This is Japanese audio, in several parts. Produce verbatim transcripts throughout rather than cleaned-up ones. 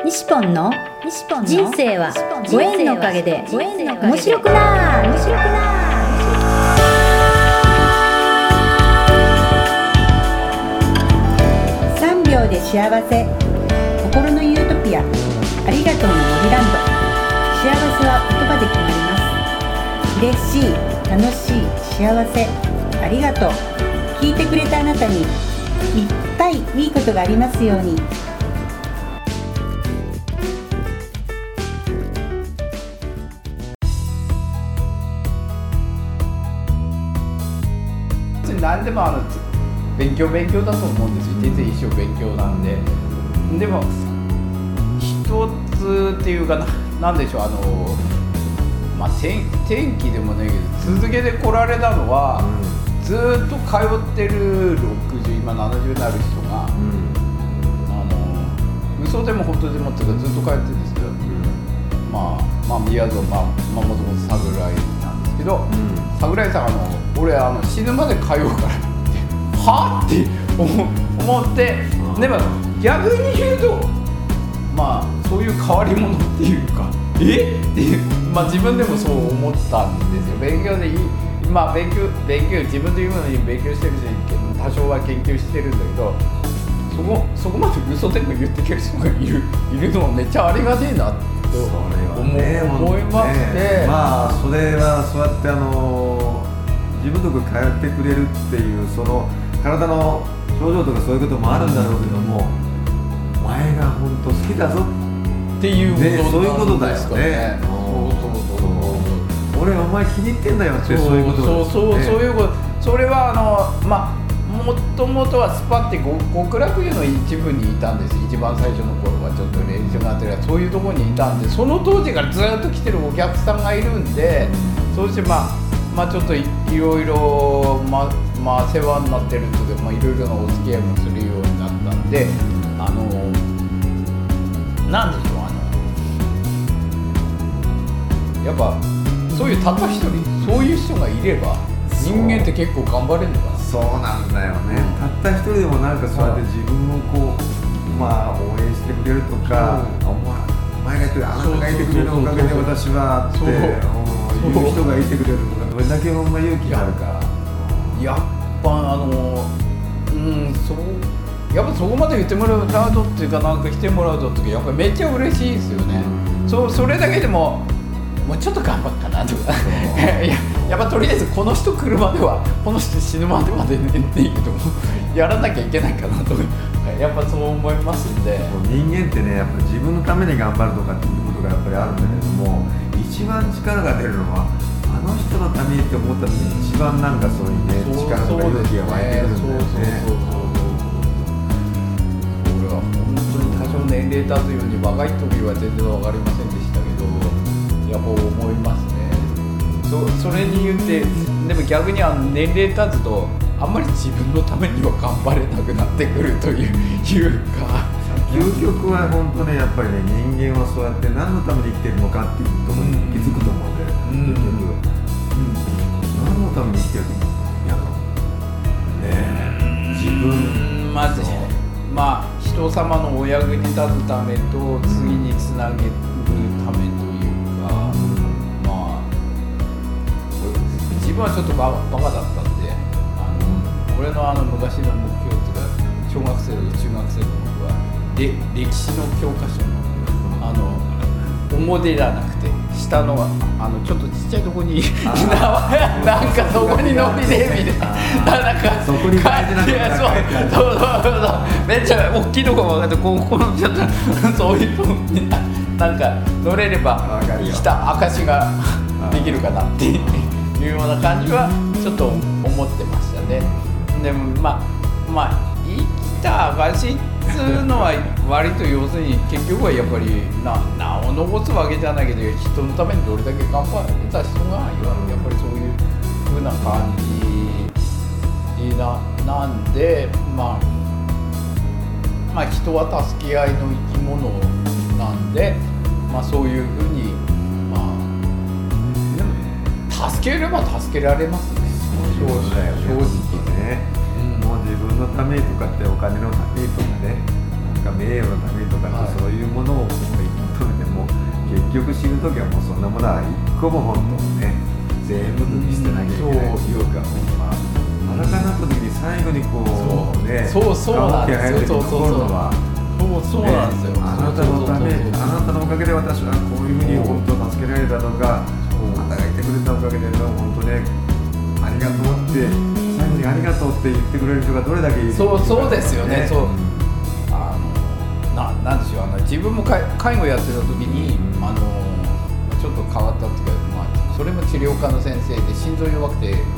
西ポンの人生はご縁のおかげで面白くなー面白くなーさんびょうで幸せ、心のユートピア、ありがとうの森ランド。幸せは言葉で決まります。嬉しい、楽しい、幸せ、ありがとう。聞いてくれたあなたにいっぱいいいことがありますように。 何でもあの勉強勉強だと思うんですよ。人生一生勉強なんで。でも一つっていうか な, なんでしょうあの、まあ、天, 天気でもないけど続けて来られたのは、うん、ずっと通ってるろくじゅう今ななじゅうになる人が、うん、あの嘘でも本当でもっていうかずっと通ってるんですけど、うん、まあまあ宮園まあもともと桜井なんですけど、うん、桜井さんあの俺あの死ぬまで通うからってはぁって思って、うん、でも逆に言うとまあそういう変わり者っていうかえっていう、まあ自分でもそう思ったんですよ。勉強でいい、まあ勉強勉強自分で言うのに勉強してるし多少は研究してるんだけど、そこそこまで嘘でも言ってくれる人がいるいるのもめっちゃありがてえなと思, ね、思いまして、 ね、まあそれはそうやってあの自分のとこ通ってくれるっていうその体の症状とかそういうこともあるんだろうけども、お前が本当好きだぞっていうこと、 ね、そういうことだよね。 そうそうそうそう俺お前気に入ってんだよってそういうことだよね。 そうそうそういうこと。それはあのまあもともとはスパって極楽湯の一部にいたんです。一番最初の頃はちょっと練習があってそういうところにいたんで、その当時からずっと来てるお客さんがいるんで、そしてまあまあちょっと い, いろいろままあ世話になってるっていうか、まあいろいろなお付き合いもするようになったんで、あのなんでしょうあのやっぱそういうたった一人そういう人がいれば人間って結構頑張れるのかな。 そうなんだよね、うん、たった一人でもなんかそうやって自分をこうまあ応援してくれるとか、お前がいてあなたがいてくれるおかげで私はっていう人がいてくれるとか、どれだけほんま勇気があるか。 やっぱあのうんそうやっぱそこまで言ってもらうとっていうかなんか来てもらうとってやっぱりめっちゃ嬉しいですよね、うん、そ, それだけでももうちょっと頑張ったなとかいややっぱとりあえずこの人来るまではこの人死ぬまでまでねっていうのをやらなきゃいけないかなとやっぱそう思いますんで、 人間ってねやっぱ自分のために頑張るとかっていうことがやっぱりあるんだけども、一番力が出るのはあの人のためにって思った時に一番なんかそういうね力とか勇気が湧いてくるんだよね。 俺は本当に多少年齢経つように若い時は全然分かりませんでしたけど、やっぱ思いますね。 そ, それに言ってでも逆にあの年齢経つとあんまり自分のためには頑張れなくなってくるといういうか、 究極は本当ねやっぱりね人間はそうやって何のために生きてるのかっていうところに気づくと思うんで、うん、結局、うん、何のために生きてるのやろね自分まずまあ人様のお役に立つためと次につなげるためというか、うん、まあ自分はちょっとバカだったんで、あの俺のあの昔の目標っていうか小学生とか中学生の僕はで歴史の教科書のあの表じゃなくて下のあのちょっとちっちゃいとこになんかそこに伸びてみたいな、なんかそこに大事なのがそうそうそうそうめっちゃ大きいところが分かってここのちょっとそういうとこになんか乗れれば下証ができるかなっていうような感じはちょっと思ってましたね。でもまあまあ生きた証っていうのは割と要するに結局はやっぱりな名を残すわけじゃないけど人のためにどれだけ頑張った人がやっぱりそういう風な感じな, なんで、まあ、まあ人は助け合いの生き物なんで、まあ、そういう風に、まあ、助ければ助けられますね。 そうだよね、正直ね、うん、もう自分のためとかってお金のためとかね、なんか名誉のためとかって、はい、そういうものを死ぬ時はもうそんなものは一個も本当ね全部脱ぎ捨てなきゃいけないっていうか、まあ裸になった時に最後にこうね、 そうそうなんですよ。そうそうそうそうなんですよ。 あなたのため、あなたのおかげで私はこういうふうに本当助けられたとか、あなたがいてくれたおかげで本当ねありがとうって最後にありがとうって言ってくれる人がどれだけいるそうそうですよね。そうあのななんでしょう、あの自分も介護やってた時に、うん、あのちょっと変わったっていうか、まあそれも治療科の先生で心臓弱くてろ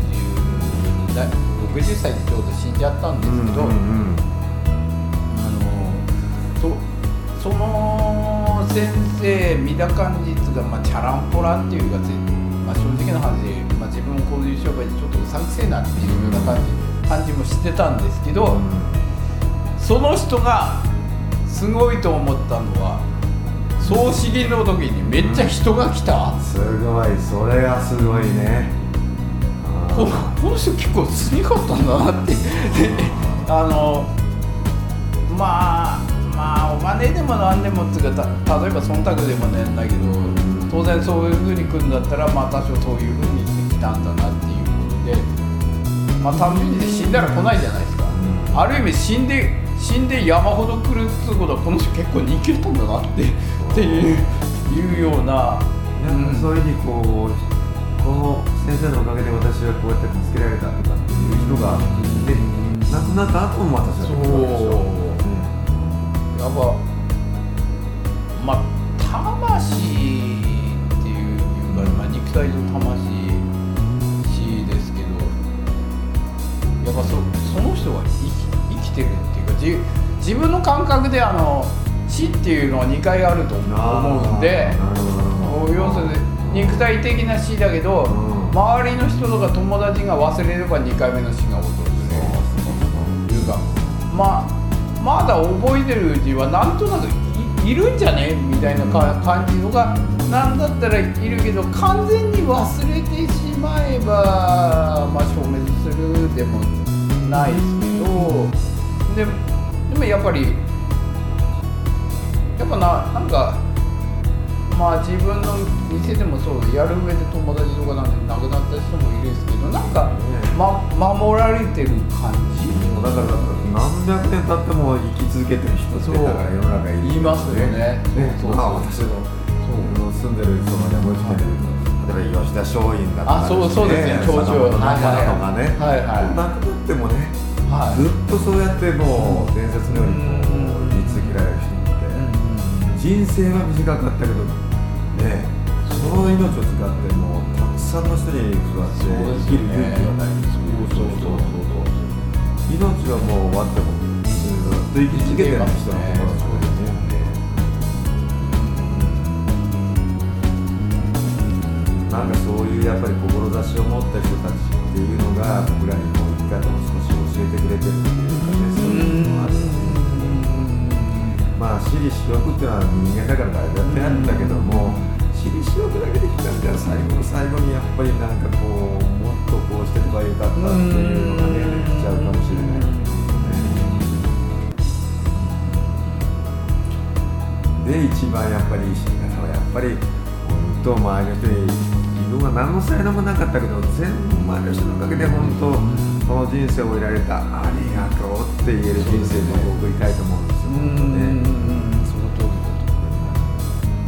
くじゅっさいでちょうど死んじゃったんですけど、うんうんうん、あの そ, その先生見た感じが、まあ、チャランポランっていうか、まあ、正直な話で、まあ、自分もこういう商売でちょっとうさんくせえなっていうような感じ、感じもしてたんですけど、うん、その人がすごいと思ったのは葬式の時にめっちゃ人が来た、 うん、すごい、それがすごいね。 こ の, この人結構すごかったんだなってあのまあまあお金でも何でもっていうか、た例えば忖度でもねんだけど、当然そういう風に来るんだったら、まあ多少そういう風に来たんだなっていうことで、まあ単純に死んだら来ないじゃないですか。ある意味死んで死んで山ほど来るっていうことは、この人結構人気だったんだなってっていう、いうような、 なんかそういうふうにこう。この先生のおかげで私はこうやって助けられたとかっていう人がいて、亡くなった後も私はそうでしょ。 やっぱまあ魂っていうか、まあ、肉体と魂ですけど、やっぱ そ, その人が生 き, 生きてるっていうか、自, 自分の感覚であの死っていうのはにかいあると思うんで、要するに肉体的な死だけど、うん、周りの人とか友達が忘れればにかいめの死が訪れるというか、まあ、まだ覚えてるうちはなんとなく い, いるんじゃねみたいな感じのがなんだったらいるけど、完全に忘れてしまえば、まあ、消滅するでもないですけど、で, でもやっぱりやっぱ な, なんかまあ自分の店でもそうやる上で友達とかなんて亡くなった人もいるんですけど、なんか、ま、守られてる感じ。 だから何百年経っても生き続けてる人ってだから世の中いる、ね、 いますよね。 そうそうそう、まあ私の住んでるその山口県で例えば吉田松陰だとか、 あ、そうそうですね、教授とかね、はいはい、亡くなってもね、はい、ずっとそうやってもう伝説のようにこう言い続けられる人って、人生は短かったけどね、その命を使ってもうたくさんの人にそうやって生きる勇気がないんですよ。そうそうそうそう。命はもう終わってもずっと生き続けてる人のところですね。なんかそういうやっぱり志を持った人たちっていうのが僕らにこう生き方を少し教えてくれてるっていうかね、そういうのもあって、まあ私利私欲っていうのは人間だから誰だってあるんだけども、私利私欲だけできたみたいな最後の最後にやっぱりなんかこうもっとこうしてればよかったっていうのがねできちゃうかもしれないですけどね。で一番やっぱり死に方はやっぱり本当周りの人に自分は何の才能もなかったけど全部周りの人のおかげで本当この人生を得られたありがとうって言える人生を送りたいと思うんですよね。 その通りだと思います。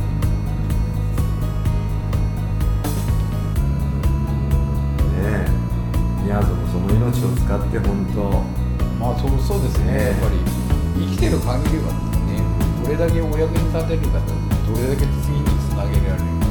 ねえ、宮園もその命を使って本当まあそうそうですね、やっぱり生きてる限りはね、どれだけお役に立てるかとどれだけ次につなげられるか。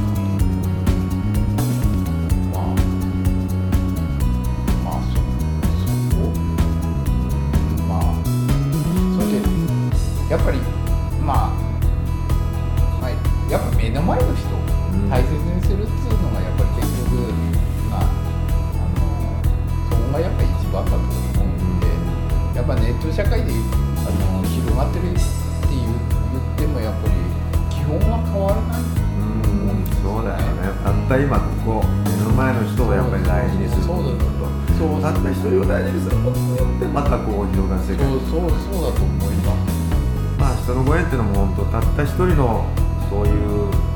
やっぱり、まあ、まあ、やっぱ目の前の人を大切にするっていうのがやっぱり結局、まあ、あのそこがやっぱり一番だと思うんで、やっぱネット社会であの広がってるって言ってもやっぱり基本は変わらない。 うん、そうだよね。たった今ここ目の前の人をやっぱり大事にすることと、たった一人を大事にすることによってまたこう広がっていく。 そうそうそうだと思います。 まあ、人のご縁っていうのも本当たった一人のそういう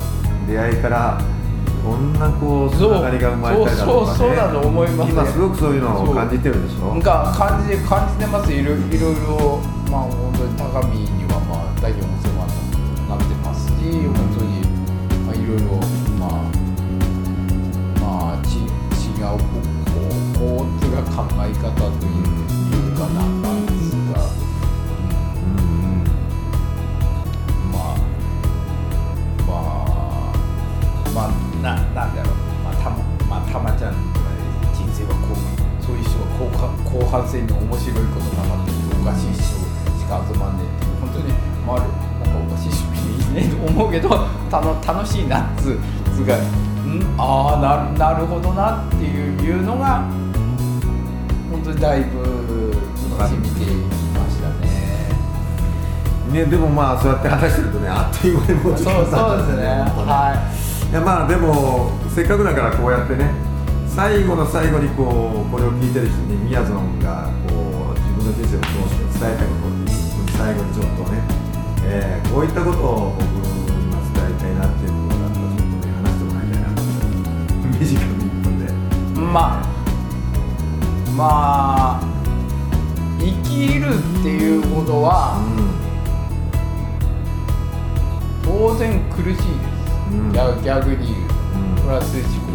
出会いからこんなこうつながりが生まれたりだとかね、 そうそうそうだと思いますね。 今すごくそういうのを感じてるでしょ。 なんか感じ感じてます。いろいろいろまあ本当に高見にはまあ大変お世話になってますし、本当にまあいろいろまあまあち違うこうっていうか考え方というかなんなんですが、うんうん、まあまあまあななんだろう、まあたままあたまちゃんとか人生はこうそういう人は後半後半戦に面白いことがまっておかしい人しか集まんねえっていう本当にまあなんかおかしい人いいねと思うけどたの楽しいなっつつがんああ な, なるほどなっていうのが本当にだいぶ楽しみてきましたね。 ね、でもまあそうやって話してるとねあっという間にもう時間経ったんですね。はい。いやまあでもせっかくだからこうやってね最後の最後にこうこれを聞いてる人にみやぞんがこう自分の人生を通して伝えたいことを最後にちょっとね、えー、こういったことを僕に今伝えたいなっていうことがあったらちょっとね話してもらいたいなと思って短くいっぷんでまあまあ生きるっていうことは、うん、当然苦しいです、うん、逆, 逆に言う、うん、プラス思考、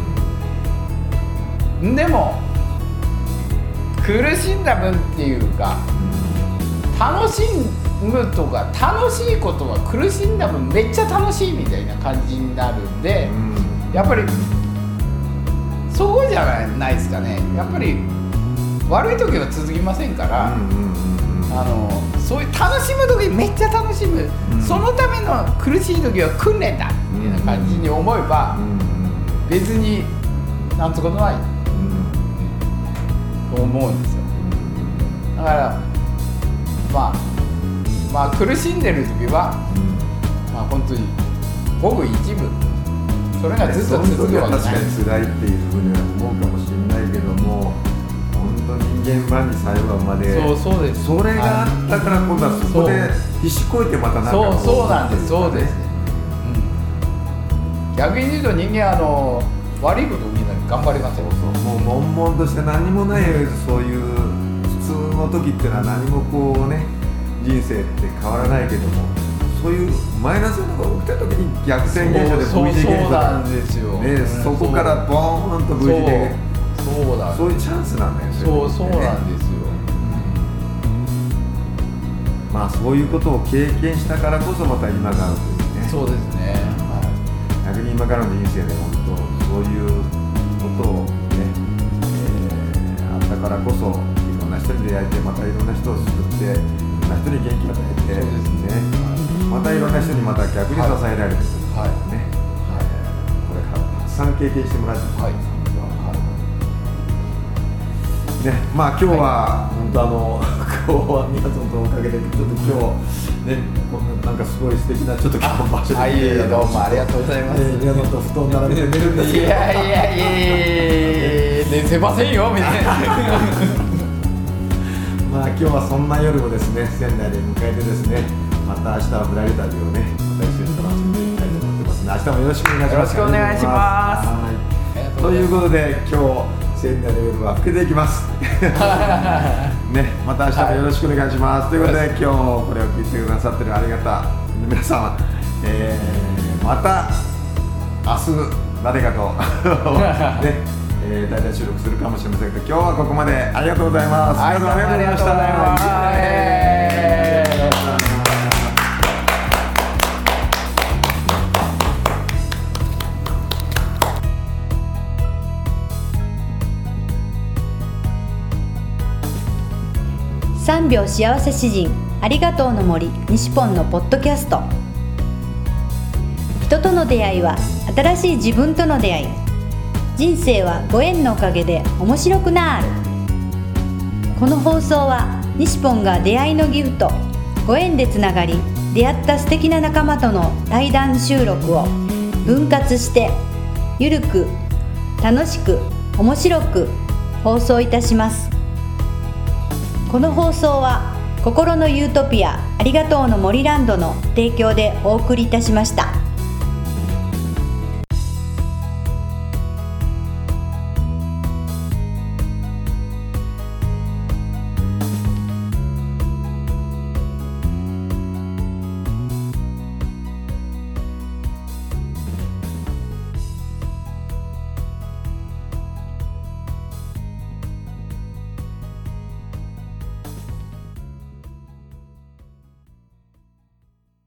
うん、でも苦しんだ分っていうか、うん、楽しむとか楽しいことは苦しんだ分めっちゃ楽しいみたいな感じになるんで、うん、やっぱりそこじゃないないですかね。やっぱり悪い時は続きませんから、うんうんうんうん、あのそういう楽しむ時めっちゃ楽しむ、うん、そのための苦しい時は訓練だみたいな感じに思えば、うんうん、別になんつうことない、うん、と思うんですよ。だからまあまあ苦しんでる時は、うん、まあ本当にごく一部それがずっと続くわけない。 確かに辛いっていうふうには思うかもしれないけども本当に人間万事最後までそうそうです。 それがあったから今度はそこで必死こいてまたなんかこうそうそうなんですそうです、うん、逆に言うと人間あの悪いことをみんな頑張りますよ。 そうそうもう悶々として何もないそういう普通の時っていうのは何もこうね人生って変わらないけどもそういうマイナスのことが起きた時に逆転現象で V 字現象なんですよ、 ねうん、そこからボーンと V 字でそうだそういうチャンスなんだよね。 そうそうなんですよ、 うん、まあそういうことを経験したからこそまた今があるというね。 そうですね、はい、 逆に今からの人生で本当そういうことをね、えー、あったからこそいろんな人に出会えてまたいろんな人を救っていろんな人に元気を与えてそうですね、はい、またいろんな人にまた逆に支えられるということですね、はいはい、これからたくさん経験してもらってます、はいね、まあ今日は本当あの今日は皆さんのおかげでちょっと今日ねこんななんかすごい素敵なちょっと今日場所に来てどうもありがとうございます。 皆さんと布団並べて寝るんですけどいやいやいや寝せませんよみたいなまあ今日はそんな夜をですね仙台で迎えてですねまた明日はぶらり旅をねまた一緒に楽しんでいきたいと思ってますので明日もよろしくお願いします。 よろしくお願いします。はい、 ということで今日仙台の夜は更けていきますね、また明日もよろしくお願いします、はい、ということで今日これを聞いてくださってるありがた皆様、えー、また明日誰かとね、えー、大体収録するかもしれませんけど今日はここまでありがとうございます。 はい、 皆さんありがとうございました。 さんびょう幸せ詩人ありがとうの森西ポンのポッドキャスト。人との出会いは新しい自分との出会い。人生はご縁のおかげで面白くなる。この放送は西ポンが出会いのギフトご縁でつながり出会った素敵な仲間との対談収録を分割してゆるく楽しく面白く放送いたします。この放送は心のユートピアありがとうの森ランドの提供でお送りいたしました。